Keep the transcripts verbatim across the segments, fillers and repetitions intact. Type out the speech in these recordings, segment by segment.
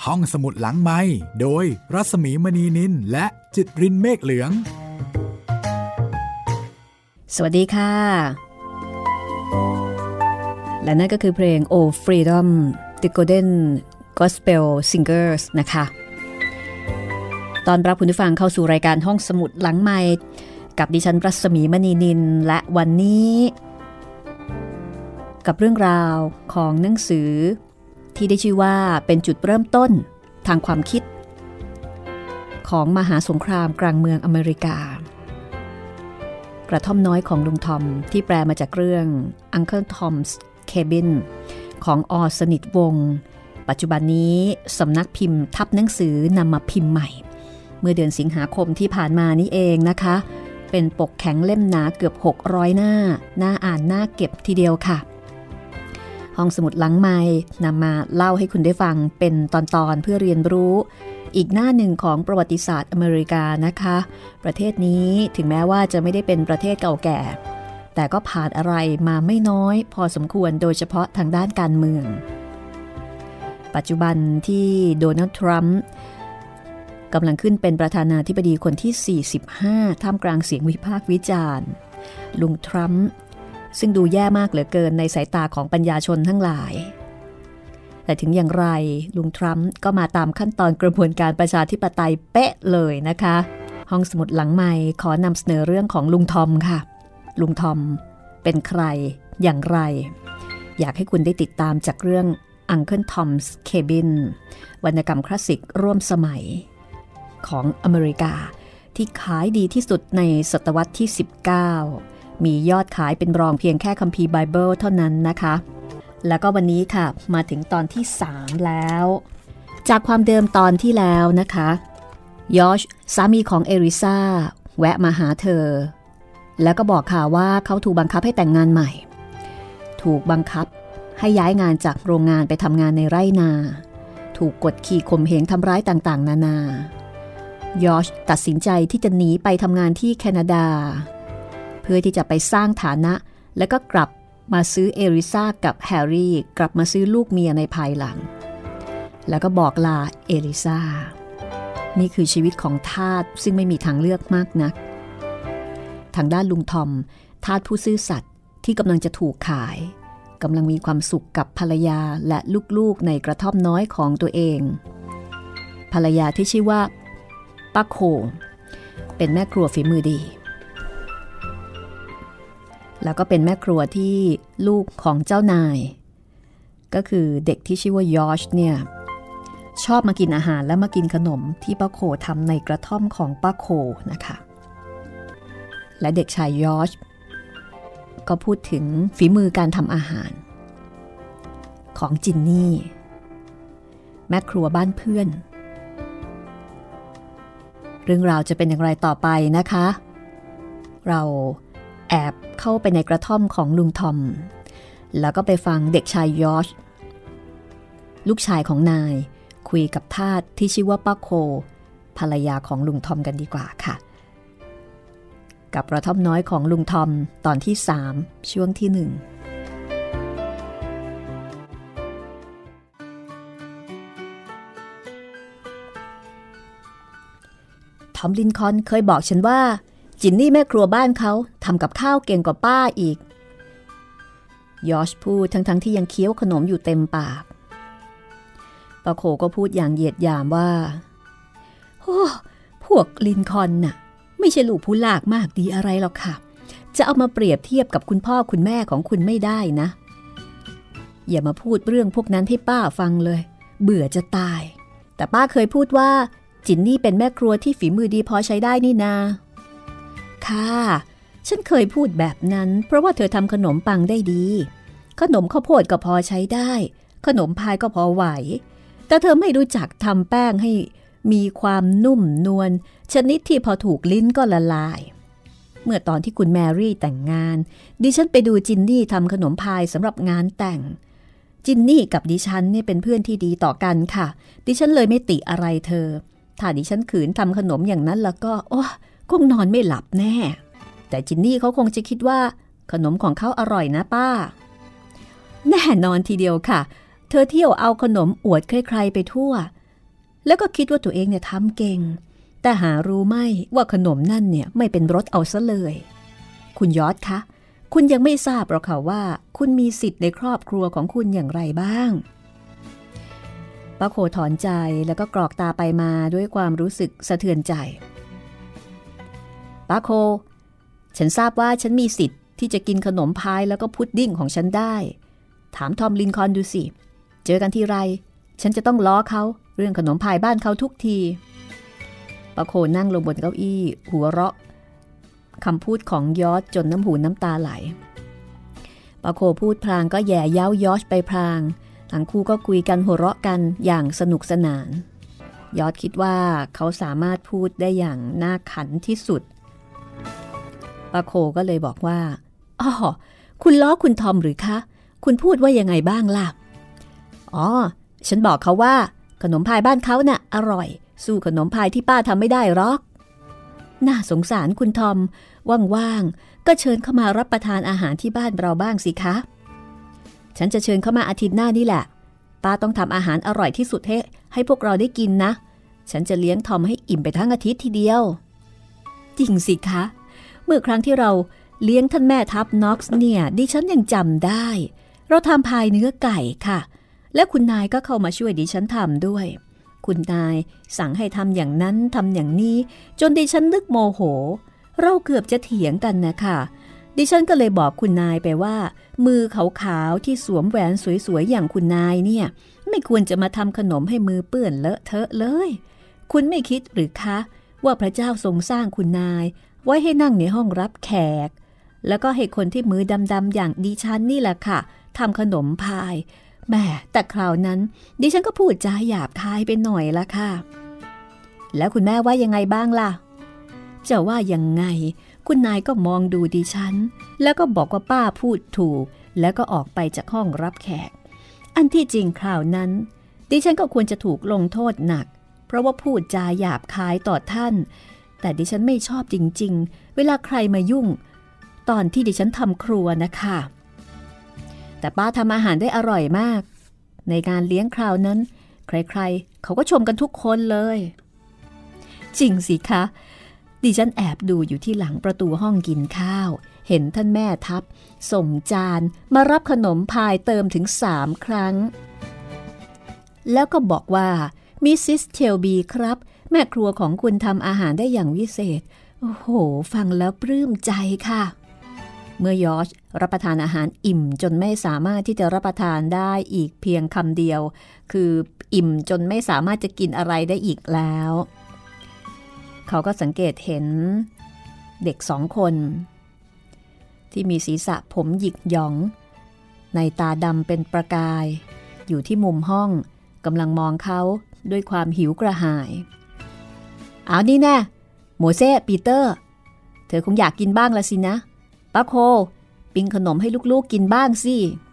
ห้องสมุดหลังไมค์โดยรัศมีมณีนินและจิตรินเมฆเหลืองสวัสดีค่ะและนั่นก็คือเพลง Oh Freedom The Golden Gospel Singers นะคะตอนรับคุณผู้ฟังเข้าสู่รายการห้องสมุดหลังไมค์กับดิฉันรัศมีมณีนินและวันนี้กับเรื่องราวของหนังสือที่ได้ชื่อว่าเป็นจุดเริ่มต้นทางความคิดของมหาสงครามกลางเมืองอเมริกากระท่อมน้อยของลุงทอมที่แปลมาจากเรื่อง Uncle Tom's Cabin ของอ.สนิทวงศ์ปัจจุบันนี้สำนักพิมพ์ทับหนังสือนำมาพิมพ์ใหม่เมื่อเดือนสิงหาคมที่ผ่านมานี้เองนะคะเป็นปกแข็งเล่มหนาเกือบหกร้อยหน้าน่าอ่านน่าเก็บทีเดียวค่ะห้องสมุดหลังไมค์นำมาเล่าให้คุณได้ฟังเป็นตอนๆเพื่อเรียนรู้อีกหน้าหนึ่งของประวัติศาสตร์อเมริกานะคะประเทศนี้ถึงแม้ว่าจะไม่ได้เป็นประเทศเก่าแก่แต่ก็ผ่านอะไรมาไม่น้อยพอสมควรโดยเฉพาะทางด้านการเมืองปัจจุบันที่โดนัลด์ทรัมป์กำลังขึ้นเป็นประธานาธิบดีคนที่สี่สิบห้าท่ามกลางเสียงวิพากษ์วิจารณ์ลุงทรัมป์ซึ่งดูแย่มากเหลือเกินในสายตาของปัญญาชนทั้งหลายแต่ถึงอย่างไรลุงทรัมป์ก็มาตามขั้นตอนกระบวนการประชาธิปไตยเป๊ะเลยนะคะห้องสมุดหลังไมค์ขอนำเสนอเรื่องของลุงทอมค่ะลุงทอมเป็นใครอย่างไรอยากให้คุณได้ติดตามจากเรื่อง Uncle Tom's Cabin วรรณกรรมคลาสสิกร่วมสมัยของอเมริกาที่ขายดีที่สุดในศตวรรษที่สิบเก้ามียอดขายเป็นรองเพียงแค่คัมภีร์ไบเบิลเท่านั้นนะคะแล้วก็วันนี้ค่ะมาถึงตอนที่สามแล้วจากความเดิมตอนที่แล้วนะคะยอชสามีของเอริซาแวะมาหาเธอแล้วก็บอกข่าวว่าเขาถูกบังคับให้แต่งงานใหม่ถูกบังคับให้ย้ายงานจากโรงงานไปทำงานในไร่นาถูกกดขี่ข่มเหงทำร้ายต่างๆนานายอชตัดสินใจที่จะหนีไปทำงานที่แคนาดาเพื่อที่จะไปสร้างฐานะแล้วก็กลับมาซื้อเอริซากับแฮร์รี่กลับมาซื้อลูกเมียในภายหลังแล้วก็บอกลาเอริซานี่คือชีวิตของทาสซึ่งไม่มีทางเลือกมากนักทางด้านลุงทอมทาสผู้ซื่อสัตย์ที่กำลังจะถูกขายกำลังมีความสุขกับภรรยาและลูกๆในกระท่อมน้อยของตัวเองภรรยาที่ชื่อว่าป้าโคเป็นแม่ครัวฝีมือดีแล้วก็เป็นแม่ครัวที่ลูกของเจ้านายก็คือเด็กที่ชื่อว่ายอชเนี่ยชอบมากินอาหารและมากินขนมที่ป้าโคทำในกระท่อมของป้าโคนะคะและเด็กชายยอชก็พูดถึงฝีมือการทำอาหารของจินนี่แม่ครัวบ้านเพื่อนเรื่องราวจะเป็นอย่างไรต่อไปนะคะเราแอบเข้าไปในกระท่อมของลุงทอมแล้วก็ไปฟังเด็กชายยอชลูกชายของนายคุยกับทาสที่ชื่อว่าป้าโคภรรยาของลุงทอมกันดีกว่าค่ะกับกระท่อมน้อยของลุงทอมตอนที่สามช่วงที่หนึ่งทอมลินคอล์นเคยบอกฉันว่าจินนี่แม่ครัวบ้านเขาทำกับข้าวเก่งกว่าป้าอีกยอชพูดทั้งๆ ที่ยังเคี้ยวขนมอยู่เต็มปากป้าโคก็พูดอย่างเหยียดหยามว่าโอ้พวกลินคอล์นน่ะไม่ใช่ลูกผู้ลากมากดีอะไรหรอกค่ะจะเอามาเปรียบเทียบกับคุณพ่อคุณแม่ของคุณไม่ได้นะอย่ามาพูดเรื่องพวกนั้นให้ป้าฟังเลยเบื่อจะตายแต่ป้าเคยพูดว่าจินนี่เป็นแม่ครัวที่ฝีมือดีพอใช้ได้นี่นาค่ะฉันเคยพูดแบบนั้นเพราะว่าเธอทำขนมปังได้ดีขนมข้าวโพดก็พอใช้ได้ขนมพายก็พอไหวแต่เธอไม่รู้จักทำแป้งให้มีความนุ่มนวลชนิดที่พอถูกลิ้นก็ละลายเมื่อตอนที่คุณแมรี่แต่งงานดิฉันไปดูจินนี่ทำขนมพายสำหรับงานแต่งจินนี่กับดิฉันเนี่ยเป็นเพื่อนที่ดีต่อกันค่ะดิฉันเลยไม่ติอะไรเธอถ้าดิฉันขืนทำขนมอย่างนั้นแล้วก็โอ้คงนอนไม่หลับแน่แต่จินนี่เขาคงจะคิดว่าขนมของเขาอร่อยนะป้าแน่นอนทีเดียวค่ะเธอเที่ยวเอาขนมอวดใครๆไปทั่วแล้วก็คิดว่าตัวเองเนี่ยทำเก่งแต่หารู้ไม่ว่าขนมนั่นเนี่ยไม่เป็นรสเอาซะเลยคุณยอดคะคุณยังไม่ทราบหรอกค่ะว่าคุณมีสิทธิ์ในครอบครัวของคุณอย่างไรบ้างป้าโคถอนใจแล้วก็กรอกตาไปมาด้วยความรู้สึกสะเทือนใจป้าโคฉันทราบว่าฉันมีสิทธิ์ที่จะกินขนมพายแล้วก็พุดดิ้งของฉันได้ถามทอมลินคอล์นดูสิเจอกันทีไรฉันจะต้องล้อเขาเรื่องขนมพายบ้านเขาทุกทีป้าโคนั่งลงบนเก้าอี้หัวเราะคำพูดของยอร์จจนน้ำหูน้ำตาไหลป้าโคพูดพลางก็แย่เย้ายอร์จไปพลางทั้งคู่ก็คุยกันหัวเราะกันอย่างสนุกสนานยอร์จคิดว่าเขาสามารถพูดได้อย่างน่าขันที่สุดป้าโคก็เลยบอกว่าอ๋อคุณล้อคุณทอมหรือคะคุณพูดว่ายังไงบ้างล่ะอ๋อฉันบอกเขาว่าขนมพายบ้านเขาน่ะอร่อยสู้ขนมพายที่ป้าทำไม่ได้หรอกน่าสงสารคุณทอมว่างๆก็เชิญเข้ามารับประทานอาหารที่บ้านเราบ้างสิคะฉันจะเชิญเข้ามาอาทิตย์หน้านี่แหละป้าต้องทำอาหารอร่อยที่สุดให้ให้พวกเราได้กินนะฉันจะเลี้ยงทอมให้อิ่มไปทั้งอาทิตย์ทีเดียวจริงสิคะเมื่อครั้งที่เราเลี้ยงท่านแม่ทัพน็อกซ์เนี่ยดิฉันยังจำได้เราทำพายเนื้อไก่ค่ะและคุณนายก็เข้ามาช่วยดิฉันทำด้วยคุณนายสั่งให้ทำอย่างนั้นทำอย่างนี้จนดิฉันนึกโมโหเราเกือบจะเถียงกันนะคะดิฉันก็เลยบอกคุณนายไปว่ามือขาวๆที่สวมแหวนสวยๆอย่างคุณนายเนี่ยไม่ควรจะมาทำขนมให้มือเปื้อนเลอะเทอะเลยคุณไม่คิดหรือคะว่าพระเจ้าทรงสร้างคุณนายไว้ให้นั่งในห้องรับแขกแล้วก็ให้คนที่มือดำๆอย่างดิฉันนี่แหละค่ะทำขนมพายแหมแต่คราวนั้นดิฉันก็พูดจาหยาบคายไปหน่อยละค่ะแล้วคุณแม่ว่ายังไงบ้างล่ะจะว่ายังไงคุณนายก็มองดูดิฉันแล้วก็บอกว่าป้าพูดถูกแล้วก็ออกไปจากห้องรับแขกอันที่จริงคราวนั้นดิฉันก็ควรจะถูกลงโทษหนักเพราะว่าพูดจาหยาบคายต่อท่านแต่ดิฉันไม่ชอบจริงๆเวลาใครมายุ่งตอนที่ดิฉันทำครัวนะคะแต่ป้าทำอาหารได้อร่อยมากในงานเลี้ยงคราวนั้นใครๆเขาก็ชมกันทุกคนเลยจริงสิคะดิฉันแอบดูอยู่ที่หลังประตูห้องกินข้าวเห็นท่านแม่ทัพส่งจานมารับขนมพายเติมถึงสามครั้งแล้วก็บอกว่ามิสซิสเชลบีครับแม่ครัวของคุณทำอาหารได้อย่างวิเศษโอ้โหฟังแล้วปลื้มใจค่ะเมื่อยอร์จรับประทานอาหารอิ่มจนไม่สามารถที่จะรับประทานได้อีกเพียงคำเดียวคืออิ่มจนไม่สามารถจะกินอะไรได้อีกแล้วเขาก็สังเกตเห็นเด็กสองคนที่มีศีรษะผมหยิกหยองในตาดำเป็นประกายอยู่ที่มุมห้องกำลังมองเขาด้วยความหิวกระหายเอานี่แน่โมเซ่ปีเตอร์เธอคงอยากกินบ้างละสินะป้าโคปิ้งขนมให้ลูกๆกินบ้างสิ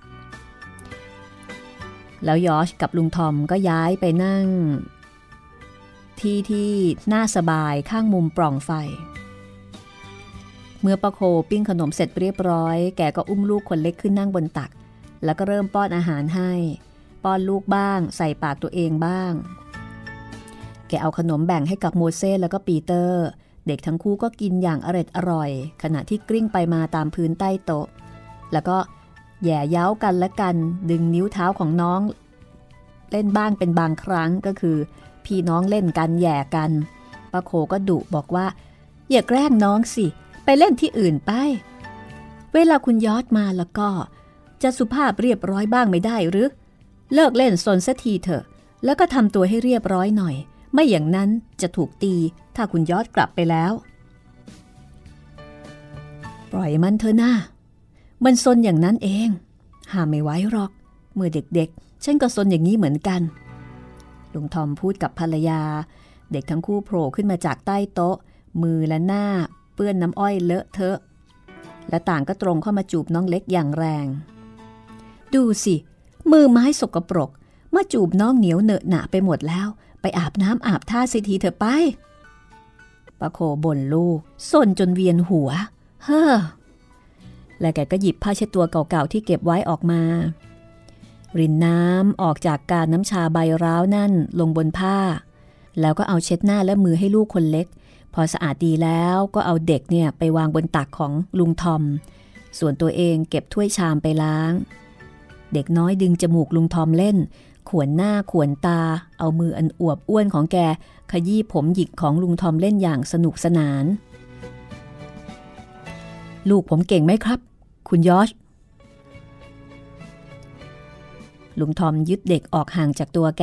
แล้วยอร์จกับลุงทอมก็ย้ายไปนั่งที่ที่น่าสบายข้างมุมปล่องไฟเมื่อป้าโคปิ้งขนมเสร็จเรียบร้อยแกก็อุ้มลูกคนเล็กขึ้นนั่งบนตักแล้วก็เริ่มป้อนอาหารให้ป้อนลูกบ้างใส่ปากตัวเองบ้างแกเอาขนมแบ่งให้กับโมเซ่แล้วก็ปีเตอร์เด็กทั้งคู่ก็กินอย่างอร็ดอร่อยขณะที่กลิ้งไปมาตามพื้นใต้โต๊ะแล้วก็แย่เย้ากันและกันดึงนิ้วเท้าของน้องเล่นบ้างเป็นบางครั้งก็คือพี่น้องเล่นกันแย่กันป้าโคก็ดุบอกว่าอย่าแกล้งน้องสิไปเล่นที่อื่นไปเวลาคุณยอร์จมาแล้วก็จะสุภาพเรียบร้อยบ้างไม่ได้หรือเลิกเล่นซนสักทีเถอะแล้วก็ทำตัวให้เรียบร้อยหน่อยไม่อย่างนั้นจะถูกตีถ้าคุณยอร์จกลับไปแล้วปล่อยมันเถอะนะมันซนอย่างนั้นเองห้ามไม่ไหวหรอกเมื่อเด็กๆฉันก็ซนอย่างนี้เหมือนกันลุงทอมพูดกับภรรยาเด็กทั้งคู่โผล่ขึ้นมาจากใต้โต๊ะมือและหน้าเปื้อนน้ำอ้อยเลอะเทอะและต่างก็ตรงเข้ามาจูบน้องเล็กอย่างแรงดูสิมือไม้สกปรกมาจูบน้องเหนียวเหนอะหนะไปหมดแล้วไปอาบน้ำอาบท่าสิทีเถอะไปป้าโคบ่นลูกซนจนเวียนหัวเฮ้อและแกก็หยิบผ้าเช็ดตัวเก่าๆที่เก็บไว้ออกมารินน้ำออกจากกาน้ำชาใบร้าวนั่นลงบนผ้าแล้วก็เอาเช็ดหน้าและมือให้ลูกคนเล็กพอสะอาดดีแล้วก็เอาเด็กเนี่ยไปวางบนตักของลุงทอมส่วนตัวเองเก็บถ้วยชามไปล้างเด็กน้อยดึงจมูกลุงทอมเล่นขวนหน้าขวนตาเอามืออันอวบอ้วนของแกขยี้ผมหยิกของลุงทอมเล่นอย่างสนุกสนานลูกผมเก่งไหมครับคุณยอชลุงทอมยึดเด็กออกห่างจากตัวแก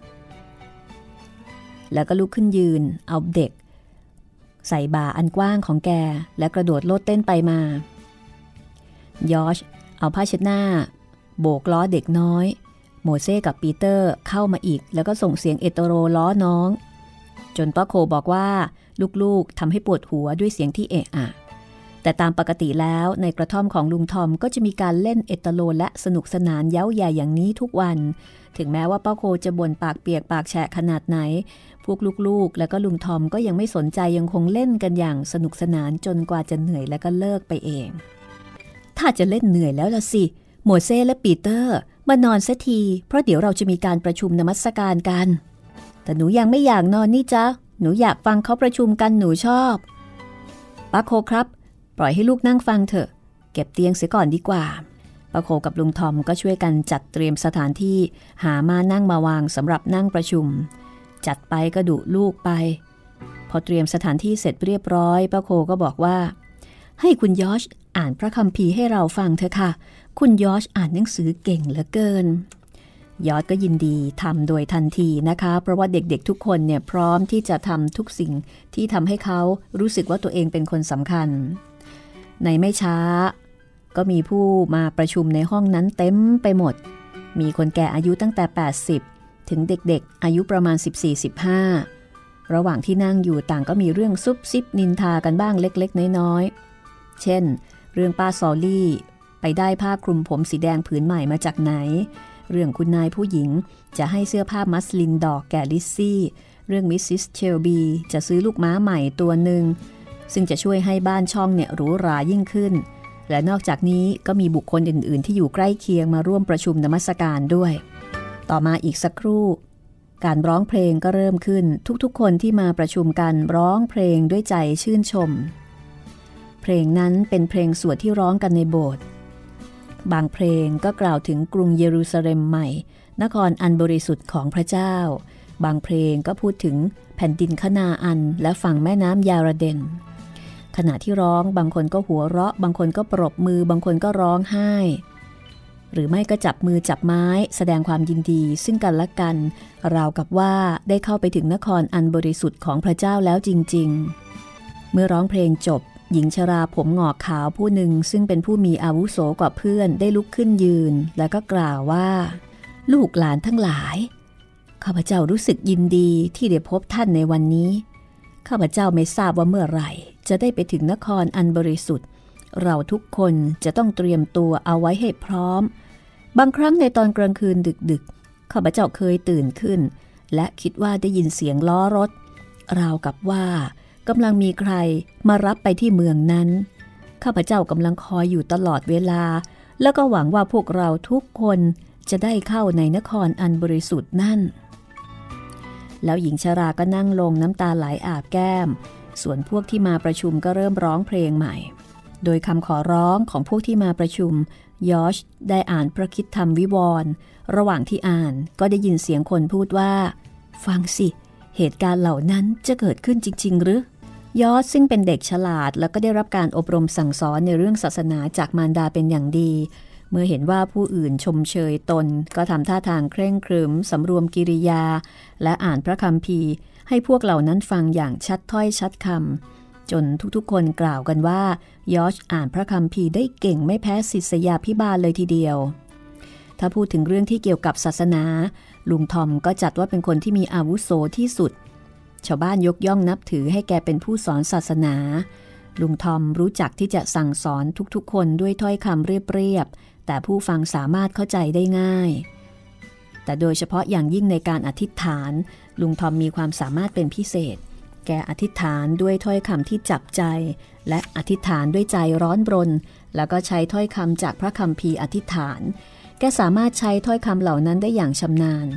แล้วก็ลุกขึ้นยืนเอาเด็กใส่บ่าอันกว้างของแกและกระโดดโลดเต้นไปมายอชเอาผ้าเช็ดหน้าโบกล้อเด็กน้อยโมเซ่กับปีเตอร์เข้ามาอีกแล้วก็ส่งเสียงเอโตโรล้อน้องจนป้าโคบอกว่าลูกๆทำให้ปวดหัวด้วยเสียงที่เอะอะแต่ตามปกติแล้วในกระท่อมของลุงทอมก็จะมีการเล่นเอโตโรและสนุกสนานเย้าแย่อย่างนี้ทุกวันถึงแม้ว่าป้าโคจะบ่นปากเปียกปากแฉะขนาดไหนพวกลูกๆแล้วก็ลุงทอมก็ยังไม่สนใจยังคงเล่นกันอย่างสนุกสนานจนกว่าจะเหนื่อยแล้วก็เลิกไปเองถ้าจะเล่นเหนื่อยแล้วล่ะสิโมเซ่และปีเตอร์มานอนเสียทีเพราะเดี๋ยวเราจะมีการประชุมนมัสการกันแต่หนูยังไม่อยากนอนนี่จ๊ะหนูอยากฟังเขาประชุมกันหนูชอบป้าโคครับปล่อยให้ลูกนั่งฟังเถอะเก็บเตียงเสียก่อนดีกว่าป้าโคกับลุงทอมก็ช่วยกันจัดเตรียมสถานที่หามานั่งมาวางสำหรับนั่งประชุมจัดไปก็ดุลูกไปพอเตรียมสถานที่เสร็จเรียบร้อยป้าโคก็บอกว่าให้คุณยอชอ่านพระคัมภีร์ให้เราฟังเถอะค่ะคุณยอชอ่านหนังสือเก่งเหลือเกินยอชก็ยินดีทำโดยทันทีนะคะเพราะว่าเด็กๆทุกคนเนี่ยพร้อมที่จะทำทุกสิ่งที่ทำให้เขารู้สึกว่าตัวเองเป็นคนสำคัญในไม่ช้าก็มีผู้มาประชุมในห้องนั้นเต็มไปหมดมีคนแก่อายุตั้งแต่แปดสิบถึงเด็กๆอายุประมาณ สิบสี่สิบห้า ระหว่างที่นั่งอยู่ต่างก็มีเรื่องซุบซิบนินทากันบ้างเล็กๆน้อยๆเช่นเรื่องป้าซอลลี่ไปได้ผ้าคลุมผมสีแดงผืนใหม่มาจากไหนเรื่องคุณนายผู้หญิงจะให้เสื้อผ้ามัสลินดอกแก่ลิซซี่เรื่องมิสซิสเชลบีจะซื้อลูกม้าใหม่ตัวหนึ่งซึ่งจะช่วยให้บ้านช่องเนี่ยหรูหรายิ่งขึ้นและนอกจากนี้ก็มีบุคคลอื่นๆที่อยู่ใกล้เคียงมาร่วมประชุมนมัสการด้วยต่อมาอีกสักครู่การร้องเพลงก็เริ่มขึ้นทุกๆคนที่มาประชุมกันร้องเพลงด้วยใจชื่นชมเพลงนั้นเป็นเพลงสวดที่ร้องกันในโบสถ์บางเพลงก็กล่าวถึงกรุงเยรูซาเล็มใหม่นครอันบริสุทธิ์ของพระเจ้าบางเพลงก็พูดถึงแผ่นดินคนาอันและฝั่งแม่น้ำยาระเดนขณะที่ร้องบางคนก็หัวเราะบางคนก็ปรบมือบางคนก็ร้องไห้หรือไม่ก็จับมือจับไม้แสดงความยินดีซึ่งกันและกันราวกับว่าได้เข้าไปถึงนครอันบริสุทธิ์ของพระเจ้าแล้วจริงๆเมื่อร้องเพลงจบหญิงชราผมงอกขาวผู้หนึ่งซึ่งเป็นผู้มีอาวุโสกว่าเพื่อนได้ลุกขึ้นยืนแล้วก็กล่าวว่าลูกหลานทั้งหลายข้าพเจ้ารู้สึกยินดีที่ได้พบท่านในวันนี้ข้าพเจ้าไม่ทราบว่าเมื่อไหร่จะได้ไปถึงนครอันบริสุทธิ์เราทุกคนจะต้องเตรียมตัวเอาไว้ให้พร้อมบางครั้งในตอนกลางคืนดึกๆข้าพเจ้าเคยตื่นขึ้นและคิดว่าได้ยินเสียงล้อรถราวกับว่ากำลังมีใครมารับไปที่เมืองนั้นข้าพเจ้ากำลังคอยอยู่ตลอดเวลาแล้วก็หวังว่าพวกเราทุกคนจะได้เข้าในนครอันบริสุทธิ์นั่นแล้วหญิงชราก็นั่งลงน้ำตาไหลอาบแก้มส่วนพวกที่มาประชุมก็เริ่มร้องเพลงใหม่โดยคำขอร้องของพวกที่มาประชุมยอชได้อ่านพระคริสตธรรมวิวรณ์ระหว่างที่อ่านก็ได้ยินเสียงคนพูดว่าฟังสิเหตุการณ์เหล่านั้นจะเกิดขึ้นจริงๆหรือยอชซึ่งเป็นเด็กฉลาดแล้วก็ได้รับการอบรมสั่งสอนในเรื่องศาสนาจากมารดาเป็นอย่างดีเมื่อเห็นว่าผู้อื่นชมเชยตนก็ทำท่าทางเคร่งครึมสำรวมกิริยาและอ่านพระคัมภีร์ให้พวกเหล่านั้นฟังอย่างชัดถ้อยชัดคำจนทุกๆคนกล่าวกันว่ายอชอ่านพระคัมภีร์ได้เก่งไม่แพ้ศิษยาภิบาลเลยทีเดียวถ้าพูดถึงเรื่องที่เกี่ยวกับศาสนาลุงทอมก็จัดว่าเป็นคนที่มีอาวุโสที่สุดชาวบ้านยกย่องนับถือให้แกเป็นผู้สอนศาสนาลุงทอมรู้จักที่จะสั่งสอนทุกๆคนด้วยถ้อยคำเรียบๆแต่ผู้ฟังสามารถเข้าใจได้ง่ายแต่โดยเฉพาะอย่างยิ่งในการอธิษฐานลุงทอมมีความสามารถเป็นพิเศษแกอธิษฐานด้วยถ้อยคำที่จับใจและอธิษฐานด้วยใจร้อนรนแล้วก็ใช้ถ้อยคำจากพระคัมภีร์อธิษฐานแกสามารถใช้ถ้อยคำเหล่านั้นได้อย่างชำนาญ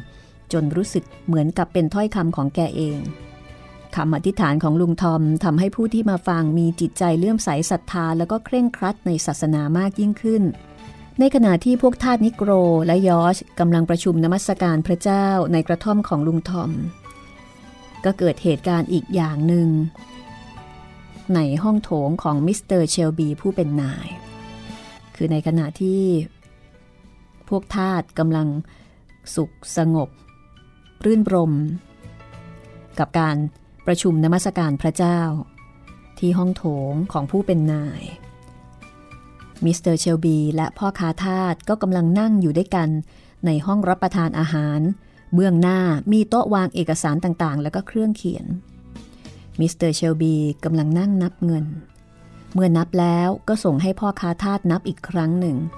จนรู้สึกเหมือนกับเป็นถ้อยคำของแกเองคำอธิษฐานของลุงทอมทำให้ผู้ที่มาฟังมีจิตใจเลื่อมใสศรัทธาแล้วก็เคร่งครัดในศาสนามากยิ่งขึ้นในขณะที่พวกทาสนิโกรและยอชกำลังประชุมนมัสการพระเจ้าในกระท่อมของลุงทอมก็เกิดเหตุการณ์อีกอย่างหนึ่งในห้องโถงของมิสเตอร์เชลบีผู้เป็นนายคือในขณะที่พวกทาสกำลังสุขสงบรื่นรมกับการประชุมนมัสการพระเจ้าที่ห้องโถงของผู้เป็นนายมิสเตอร์เชลบีและพ่อค้าทาสก็กำลังนั่งอยู่ด้วยกันในห้องรับประทานอาหารเบื้องหน้ามีโต๊ะวางเอกสารต่างๆแล้วก็เครื่องเขียนมิสเตอร์เชลบีกำลังนั่งนับเงินเมื่อนับแล้วก็ส่งให้พ่อค้าทาสนับอีกครั้งหนึ่ง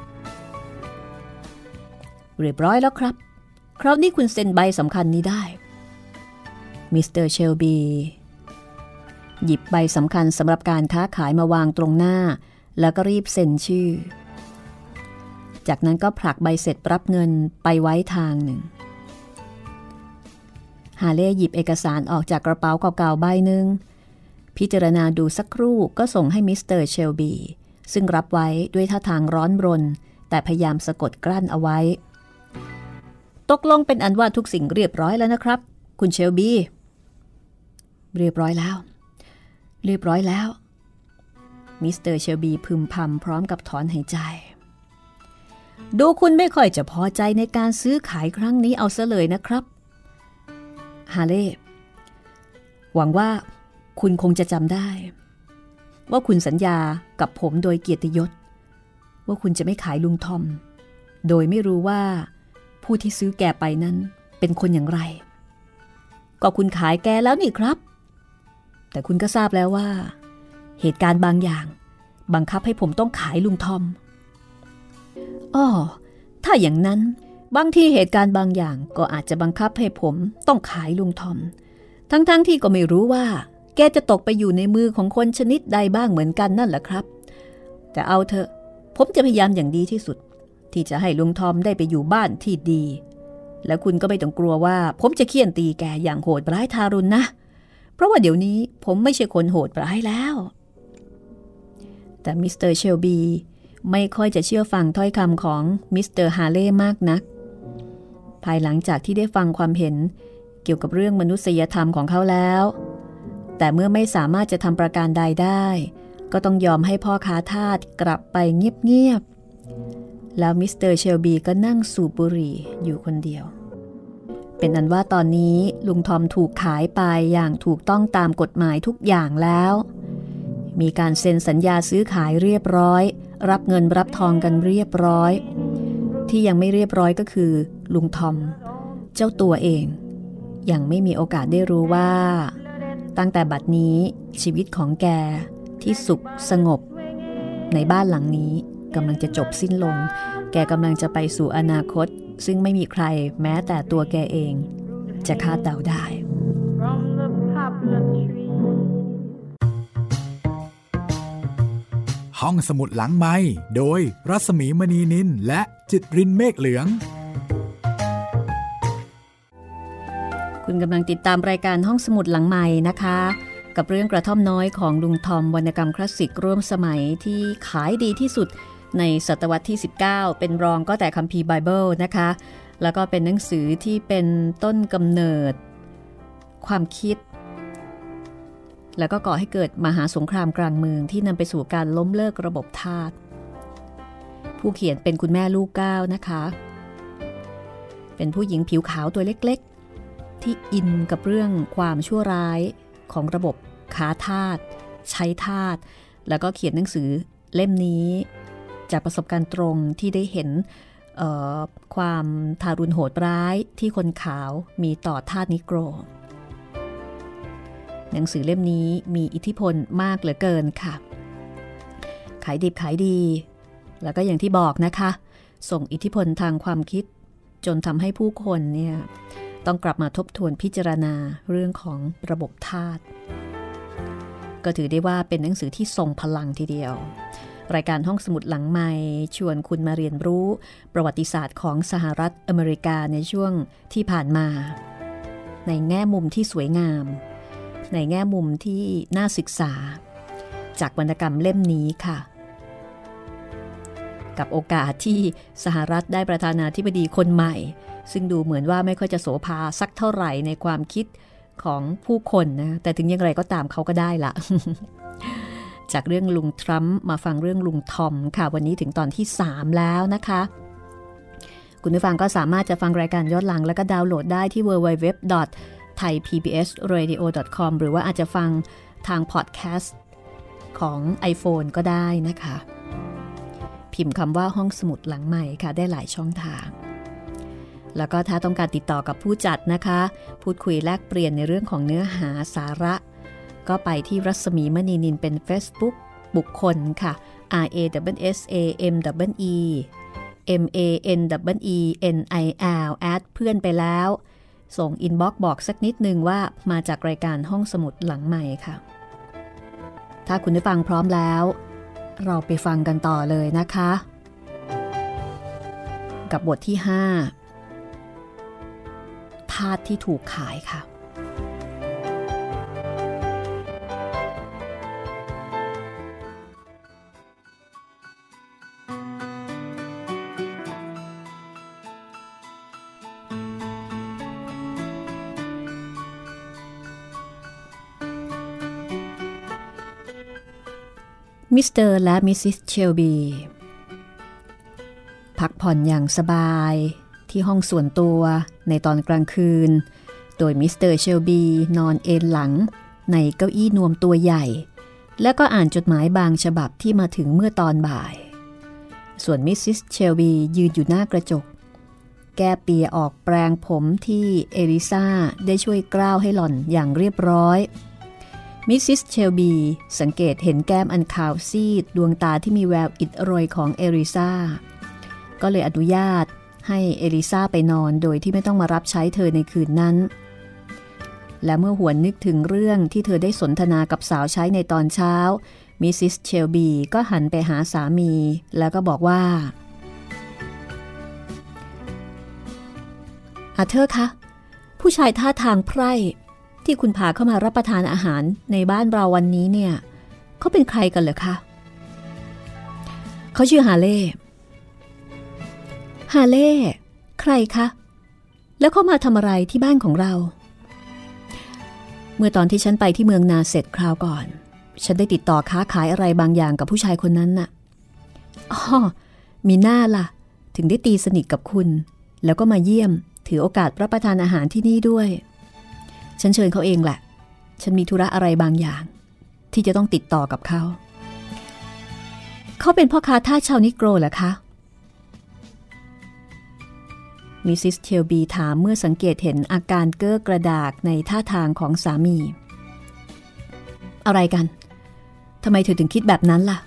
เรียบร้อยแล้วครับคราวนี้คุณเซ็นใบสำคัญนี้ได้มิสเตอร์เชลบีหยิบใบสำคัญสำหรับการค้าขายมาวางตรงหน้าแล้วก็รีบเซ็นชื่อจากนั้นก็ผลักใบเสร็จรับเงินไปไว้ทางหนึ่งฮาเล่หยิบเอกสารออกจากกระเป๋าเก่าๆใบหนึ่งพิจารณาดูสักครู่ก็ส่งให้มิสเตอร์เชลบีซึ่งรับไว้ด้วยท่าทางร้อนรนแต่พยายามสะกดกลั้นเอาไว้ตกลงเป็นอันว่าทุกสิ่งเรียบร้อยแล้วนะครับคุณเชลบีเรียบร้อยแล้วเรียบร้อยแล้วมิสเตอร์เชลบีพึมพำพร้อมกับถอนหายใจดูคุณไม่ค่อยจะพอใจในการซื้อขายครั้งนี้เอาซะเลยนะครับฮาเล่หวังว่าคุณคงจะจำได้ว่าคุณสัญญากับผมโดยเกียรติยศว่าคุณจะไม่ขายลุงทอมโดยไม่รู้ว่าผู้ที่ซื้อแกไปนั้นเป็นคนอย่างไรก็คุณขายแกแล้วนี่ครับแต่คุณก็ทราบแล้วว่าเหตุการณ์บางอย่างบังคับให้ผมต้องขายลุงทอมอ้อถ้าอย่างนั้นบางทีเหตุการณ์บางอย่างก็อาจจะบังคับให้ผมต้องขายลุงทอมทั้งๆ ท, ที่ก็ไม่รู้ว่าแกจะตกไปอยู่ในมือของคนชนิดใดบ้างเหมือนกันนั่นแหละครับแต่เอาเถอะผมจะพยายามอย่างดีที่สุดที่จะให้ลุงทอมได้ไปอยู่บ้านที่ดีและคุณก็ไม่ต้องกลัวว่าผมจะเฆี่ยนตีแกอย่างโหดร้ายทารุณนะเพราะว่าเดี๋ยวนี้ผมไม่ใช่คนโหดร้ายแล้วแต่มิสเตอร์เชลบีไม่ค่อยจะเชื่อฟังถ้อยคำของมิสเตอร์ฮาเล่มากนักภายหลังจากที่ได้ฟังความเห็นเกี่ยวกับเรื่องมนุษยธรรมของเขาแล้วแต่เมื่อไม่สามารถจะทำประการใดได้ก็ต้องยอมให้พ่อค้าทาสกลับไปเงียบๆแล้วมิสเตอร์เชลบีก็นั่งสูบบุหรี่อยู่คนเดียวเป็นอันว่าตอนนี้ลุงทอมถูกขายไปอย่างถูกต้องตามกฎหมายทุกอย่างแล้วมีการเซ็นสัญญาซื้อขายเรียบร้อยรับเงินรับทองกันเรียบร้อยที่ยังไม่เรียบร้อยก็คือลุงทอมเจ้าตัวเองยังไม่มีโอกาสได้รู้ว่าตั้งแต่บัดนี้ชีวิตของแกที่สุขสงบในบ้านหลังนี้กำลังจะจบสิ้นลงแกกำลังจะไปสู่อนาคตซึ่งไม่มีใครแม้แต่ตัวแกเองจะคาดเดาได้ห้องสมุดหลังไมค์โดยรัศมีมณีนินและจิตรินเมฆเหลืองคุณกำลังติดตามรายการห้องสมุดหลังไมค์นะคะกับเรื่องกระท่อมน้อยของลุงทอมวรรณกรรมคลาสสิกร่วมสมัยที่ขายดีที่สุดในศตวรรษที่สิบเก้าเป็นรองก็แต่คัมภีร์ไบเบิลนะคะแล้วก็เป็นหนังสือที่เป็นต้นกำเนิดความคิดแล้วก็ก่อให้เกิดมหาสงครามกลางเมืองที่นำไปสู่การล้มเลิกระบบทาสผู้เขียนเป็นคุณแม่ลูกเก้านะคะเป็นผู้หญิงผิวขาวตัวเล็กๆที่อินกับเรื่องความชั่วร้ายของระบบค้าทาสใช้ทาสแล้วก็เขียนหนังสือเล่มนี้จากประสบการณ์ตรงที่ได้เห็นความทารุณโหดร้ายที่คนขาวมีต่อทาสนิโกรหนังสือเล่มนี้มีอิทธิพลมากเหลือเกินค่ะขายดิบขายดีแล้วก็อย่างที่บอกนะคะส่งอิทธิพลทางความคิดจนทำให้ผู้คนเนี่ยต้องกลับมาทบทวนพิจารณาเรื่องของระบบทาสก็ถือได้ว่าเป็นหนังสือที่ทรงพลังทีเดียวรายการห้องสมุดหลังไมค์ชวนคุณมาเรียนรู้ประวัติศาสตร์ของสหรัฐอเมริกาในช่วงที่ผ่านมาในแง่มุมที่สวยงามในแง่มุมที่น่าศึกษาจากวรรณกรรมเล่มนี้ค่ะกับโอกาสที่สหรัฐได้ประธานาธิบดีคนใหม่ซึ่งดูเหมือนว่าไม่ค่อยจะโสภาสักเท่าไหร่ในความคิดของผู้คนนะแต่ถึงอย่างไรก็ตามเขาก็ได้ละ จากเรื่องลุงทรัมป์มาฟังเรื่องลุงทอมค่ะวันนี้ถึงตอนที่สามแล้วนะคะคุณผู้ฟังก็สามารถจะฟังรายการย้อนหลังแล้วก็ดาวน์โหลดได้ที่ ดับเบิลยู ดับเบิลยู ดับเบิลยู ดอท ไทย พี บี เอส เรดิโอ ดอท คอม หรือว่าอาจจะฟังทางพอดแคสต์ของ iPhone ก็ได้นะคะพิมพ์คำว่าห้องสมุดหลังใหม่ค่ะได้หลายช่องทางแล้วก็ถ้าต้องการติดต่อกับผู้จัดนะคะพูดคุยแลกเปลี่ยนในเรื่องของเนื้อหาสาระก็ไปที่รัศมีมณีนินเป็น Facebook บุคคลค่ะ R A S S A M E E M A N E E N I L แอดเพื่อนไปแล้วส่งอินบ็อกซ์บอกสักนิดนึงว่ามาจากรายการห้องสมุดหลังใหม่ค่ะถ้าคุณได้ฟังพร้อมแล้วเราไปฟังกันต่อเลยนะคะกับบทที่ห้าทาสที่ถูกขายค่ะมิสเตอร์และมิสซิสเชลบีพักผ่อนอย่างสบายที่ห้องส่วนตัวในตอนกลางคืนโดยมิสเตอร์เชลบีนอนเอนหลังในเก้าอี้นวมตัวใหญ่แล้วก็อ่านจดหมายบางฉบับที่มาถึงเมื่อตอนบ่ายส่วนมิสซิสเชลบียืนอยู่หน้ากระจกแก้เปียออกแปรงผมที่เอลิซาได้ช่วยกล้าวให้หล่อนอย่างเรียบร้อยมิสซิสเชลบีสังเกตเห็นแก้มอันขาวซีดดวงตาที่มีแววอิดโรยของเอลิซาก็เลยอนุญาตให้เอลิซาไปนอนโดยที่ไม่ต้องมารับใช้เธอในคืนนั้นและเมื่อหวนนึกถึงเรื่องที่เธอได้สนทนากับสาวใช้ในตอนเช้ามิสซิสเชลบีก็หันไปหาสามีแล้วก็บอกว่าอาเธอร์คะผู้ชายท่าทางไพร่ที่คุณพาเข้ามารับประทานอาหารในบ้านเราวันนี้เนี่ยเขาเป็นใครกันเหรอคะเขาชื่อฮาเล่ฮาเล่ใครคะแล้วเขามาทำอะไรที่บ้านของเราเมื่อตอนที่ฉันไปที่เมืองนาเสร็จคราวก่อนฉันได้ติดต่อค้าขายอะไรบางอย่างกับผู้ชายคนนั้นน่ะอ๋อมีหน้าล่ะถึงได้ตีสนิทกับคุณแล้วก็มาเยี่ยมถือโอกาสรับประทานอาหารที่นี่ด้วยฉันเชิญเขาเองแหละฉันมีธุระอะไรบางอย่างที่จะต้องติดต่อกับเขาเขาเป็นพ่อค้าทาสชาวนิโกรเหรอคะมิสซิสเชลบีถามเมื่อสังเกตเห็นอาการเก้อกระดากในท่าทางของสามีอะไรกันทำไมเธอถึงคิดแบบนั้นล่ะ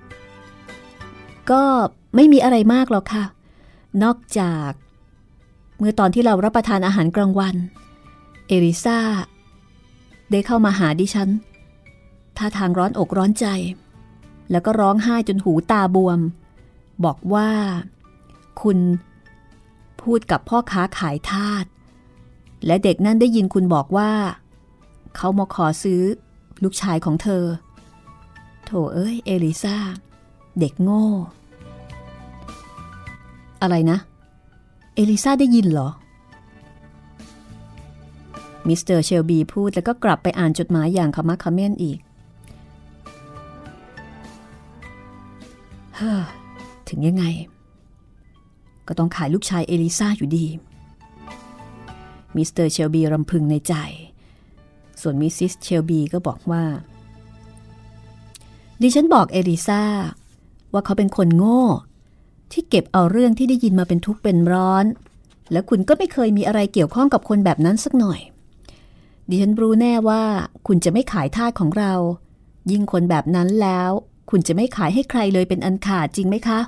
ก็ไม่มีอะไรมากหรอกค่ะนอกจากเมื่อตอนที่เรารับประทานอาหารกลางวันเอลิซาได้เข้ามาหาดิฉันท่าทางร้อนอกร้อนใจแล้วก็ร้องไห้จนหูตาบวมบอกว่าคุณพูดกับพ่อค้าขายทาสและเด็กนั่นได้ยินคุณบอกว่าเขามาขอซื้อลูกชายของเธอโถเอ้ยเอลิซาเด็กโง่อะไรนะเอลิซาได้ยินเหรอมิสเตอร์เชลบีพูดแล้วก็กลับไปอ่านจดหมายอย่างขมักเขม้นอีกเฮ้อถึงยังไงก็ต้องขายลูกชายเอลิซาอยู่ดีมิสเตอร์เชลบีรำพึงในใจส่วนมิสซิสเชลบีก็บอกว่าดิฉันบอกเอลิซาว่าเขาเป็นคนโง่ที่เก็บเอาเรื่องที่ได้ยินมาเป็นทุกข์เป็นร้อนและคุณก็ไม่เคยมีอะไรเกี่ยวข้องกับคนแบบนั้นสักหน่อยดิฉันรู้แน่ว่าคุณจะไม่ขายทาสของเรายิ่งคนแบบนั้นแล้วคุณจะไม่ขายให้ใครเลยเป็นอันขาดจริงไหมคะ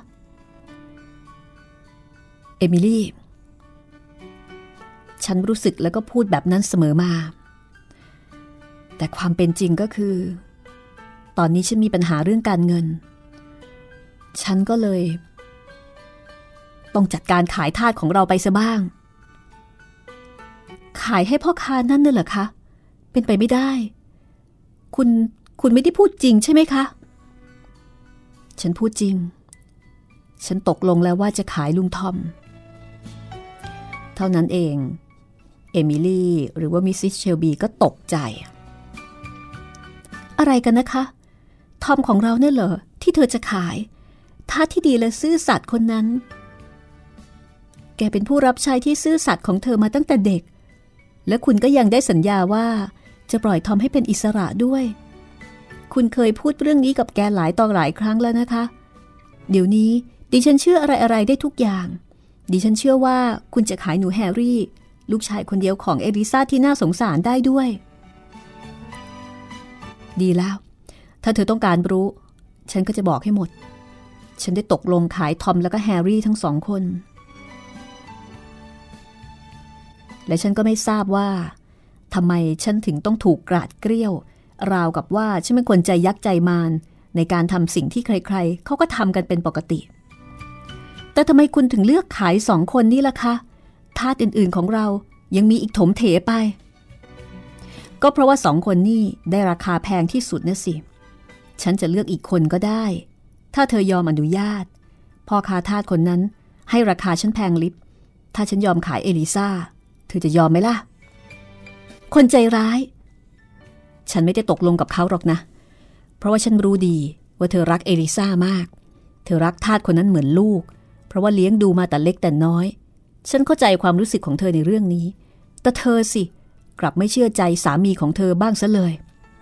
เอมิลี่ฉันรู้สึกแล้วก็พูดแบบนั้นเสมอมาแต่ความเป็นจริงก็คือตอนนี้ฉันมีปัญหาเรื่องการเงินฉันก็เลยต้องจัดการขายทาสของเราไปซะบ้างขายให้พ่อค้านั่นน่ะเหรอคะเป็นไปไม่ได้คุณคุณไม่ได้พูดจริงใช่ไหมคะฉันพูดจริงฉันตกลงแล้วว่าจะขายลุงทอมเท่านั้นเองเอมิลี่หรือว่ามิสซิสเชลบีก็ตกใจอะไรกันนะคะทอมของเราเนี่ยเหรอที่เธอจะขายทาสที่ดีและซื่อสัตย์คนนั้นแกเป็นผู้รับใช้ที่ซื่อสัตย์ของเธอมาตั้งแต่เด็กและคุณก็ยังได้สัญญาว่าจะปล่อยทอมให้เป็นอิสระด้วยคุณเคยพูดเรื่องนี้กับแกหลายต่อหลายครั้งแล้วนะคะเดี๋ยวนี้ดิฉันเชื่ออะไรๆได้ทุกอย่างดิฉันเชื่อว่าคุณจะขายหนูแฮร์รี่ลูกชายคนเดียวของเอลิซาที่น่าสงสารได้ด้วยดีแล้วถ้าเธอต้องการรู้ฉันก็จะบอกให้หมดฉันได้ตกลงขายทอมแล้วก็แฮร์รี่ทั้งสองคนและฉันก็ไม่ทราบว่าทำไมฉันถึงต้องถูกกราดเกลี้ยวราวกับว่าฉันเป็นคนใจยักษ์ใจมารในการทำสิ่งที่ใครๆเขาก็ทำกันเป็นปกติแต่ทำไมคุณถึงเลือกขายสองคนนี้ล่ะคะทาสอื่นๆของเรายังมีอีกถมเถไปก็เพราะว่าสองคนนี้ได้ราคาแพงที่สุดนะสิฉันจะเลือกอีกคนก็ได้ถ้าเธอยอมอนุญาตพ่อค้าทาสคนนั้นให้ราคาฉันแพงลิบถ้าฉันยอมขายเอลิซาเธอจะยอมไหมล่ะคนใจร้ายฉันไม่ได้ตกลงกับเขาหรอกนะเพราะว่าฉันรู้ดีว่าเธอรักเอลิซามากเธอรักทาสคนนั้นเหมือนลูกเพราะว่าเลี้ยงดูมาแต่เล็กแต่น้อยฉันเข้าใจความรู้สึกของเธอในเรื่องนี้แต่เธอสิกลับไม่เชื่อใจสามีของเธอบ้างซะเลย